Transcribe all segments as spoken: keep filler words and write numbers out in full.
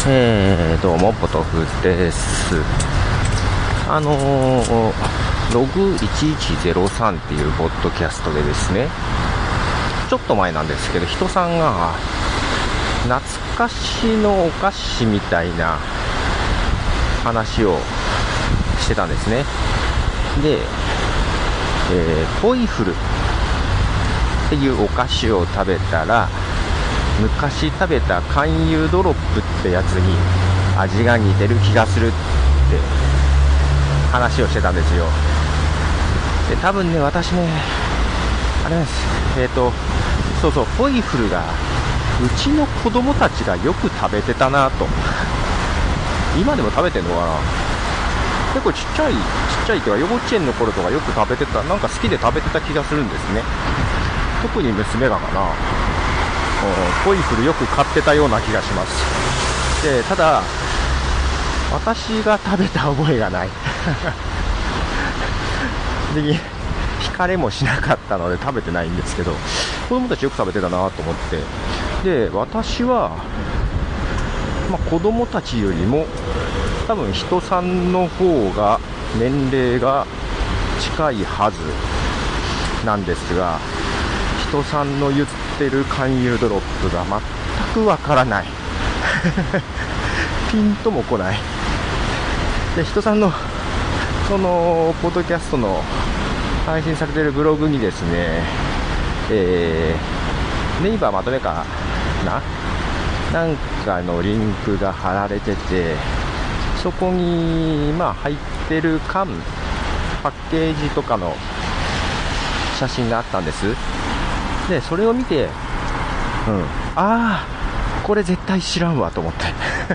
えー、どうもポトフです。あのー、ログいちいちゼロさんっていうポッドキャストでですね、ちょっと前なんですけど、人さんが懐かしのお菓子みたいな話をしてたんですね。で、えー、ポイフルっていうお菓子を食べたら、昔食べた肝油ドロップってやつに味が似てる気がするって話をしてたんですよ。で、多分ね、私ね、あれです、えっと、そうそう、ポイフルがうちの子供たちがよく食べてたなと。今でも食べてんのかな。結構ちっちゃい、ちっちゃいっていうか幼稚園の頃とかよく食べてた、なんか好きで食べてた気がするんですね。特に娘がかな。ポイフルよく買ってたような気がします。で、ただ私が食べた覚えがないで、惹かれもしなかったので食べてないんですけど、子供たちよく食べてたなと思って、で、私は、まあ、子供たちよりも多分人さんの方が年齢が近いはずなんですが、人さんの言ってる肝油ドロップが全くわからないピンとも来ない。で、人さんのそのポッドキャストの配信されているブログにですね、えー、ネイバーまとめかななんかのリンクが貼られてて、そこにまあ入ってる缶パッケージとかの写真があったんです。で、それを見て、うん、ああ、これ絶対知らんわと思って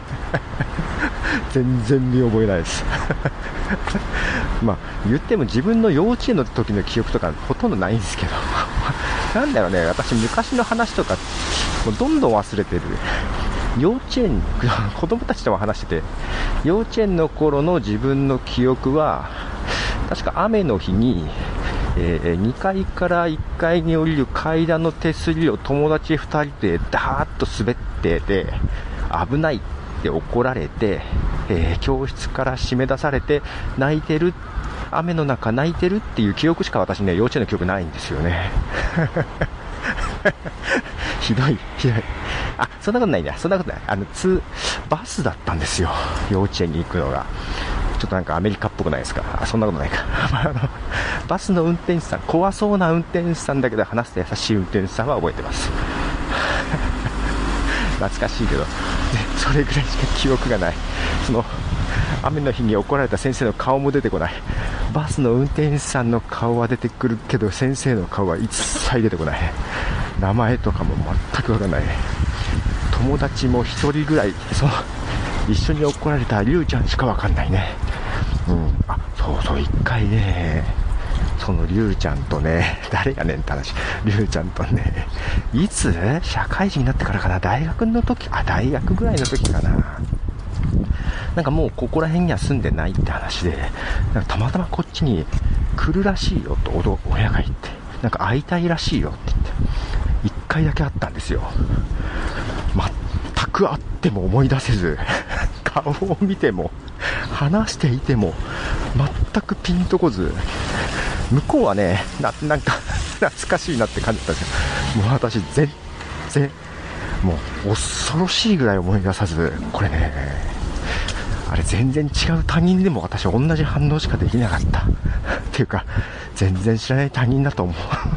全然見覚えないですまあ言っても自分の幼稚園の時の記憶とかほとんどないんですけどなんだろうね、私昔の話とかもうどんどん忘れてる。幼稚園子供たちとも話してて、幼稚園の頃の自分の記憶は確か雨の日にえー、にかいからいっかいに降りる階段の手すりを友達ふたりでダーッと滑ってて、危ないって怒られて、えー、教室から締め出されて泣いてる、雨の中泣いてるっていう記憶しか私ね、幼稚園の記憶ないんですよねひどいひどい。あ、そんなことないんだ、そんなことない。あの通バスだったんですよ、幼稚園に行くのが。ちょっとなんかアメリカっぽくないですか。あ、そんなことないかあのバスの運転手さん、怖そうな運転手さんだけど話すと優しい運転手さんは覚えてます懐かしいけど、ね、それぐらいしか記憶がない。その雨の日に怒られた先生の顔も出てこない。バスの運転手さんの顔は出てくるけど、先生の顔は一切出てこない。名前とかも全くわかんない。友達も一人ぐらい、その一緒に怒られたリュウちゃんしかわかんないね。うん、あ、そうそう、一回ね、そのリュウちゃんとね、誰やねんって話、リュウちゃんとね、いつ社会人になってからかな、大学の時、あ、大学ぐらいの時かな、なんかもうここら辺には住んでないって話で、なんかたまたまこっちに来るらしいよと親が言って、なんか会いたいらしいよって言って、一回だけ会ったんですよ。全く会っても思い出せず顔を見ても話していても全くピンとこず、向こうはね、な、なんか懐かしいなって感じだったんですよ。もう私全然もう恐ろしいぐらい思い出さず、これね、あれ全然違う他人でも私同じ反応しかできなかったっていうか、全然知らない他人だと思う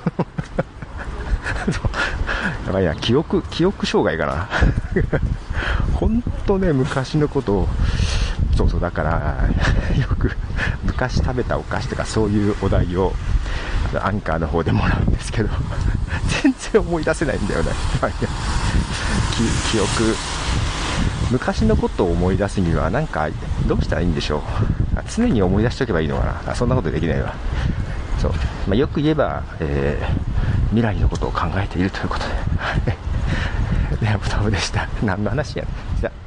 やばいな、記憶記憶障害かな本当ね、昔のことを、そうそう、だからよく昔食べたお菓子とかそういうお題をアンカーの方でもらうんですけど全然思い出せないんだよね記記憶、昔のことを思い出すにはなんかどうしたらいいんでしょう。常に思い出しておけばいいのかな。あ、そんなことできないわ。そう、まあ、よく言えば、えー、未来のことを考えているということででは、ボタンでした。何の話やねん。じゃあ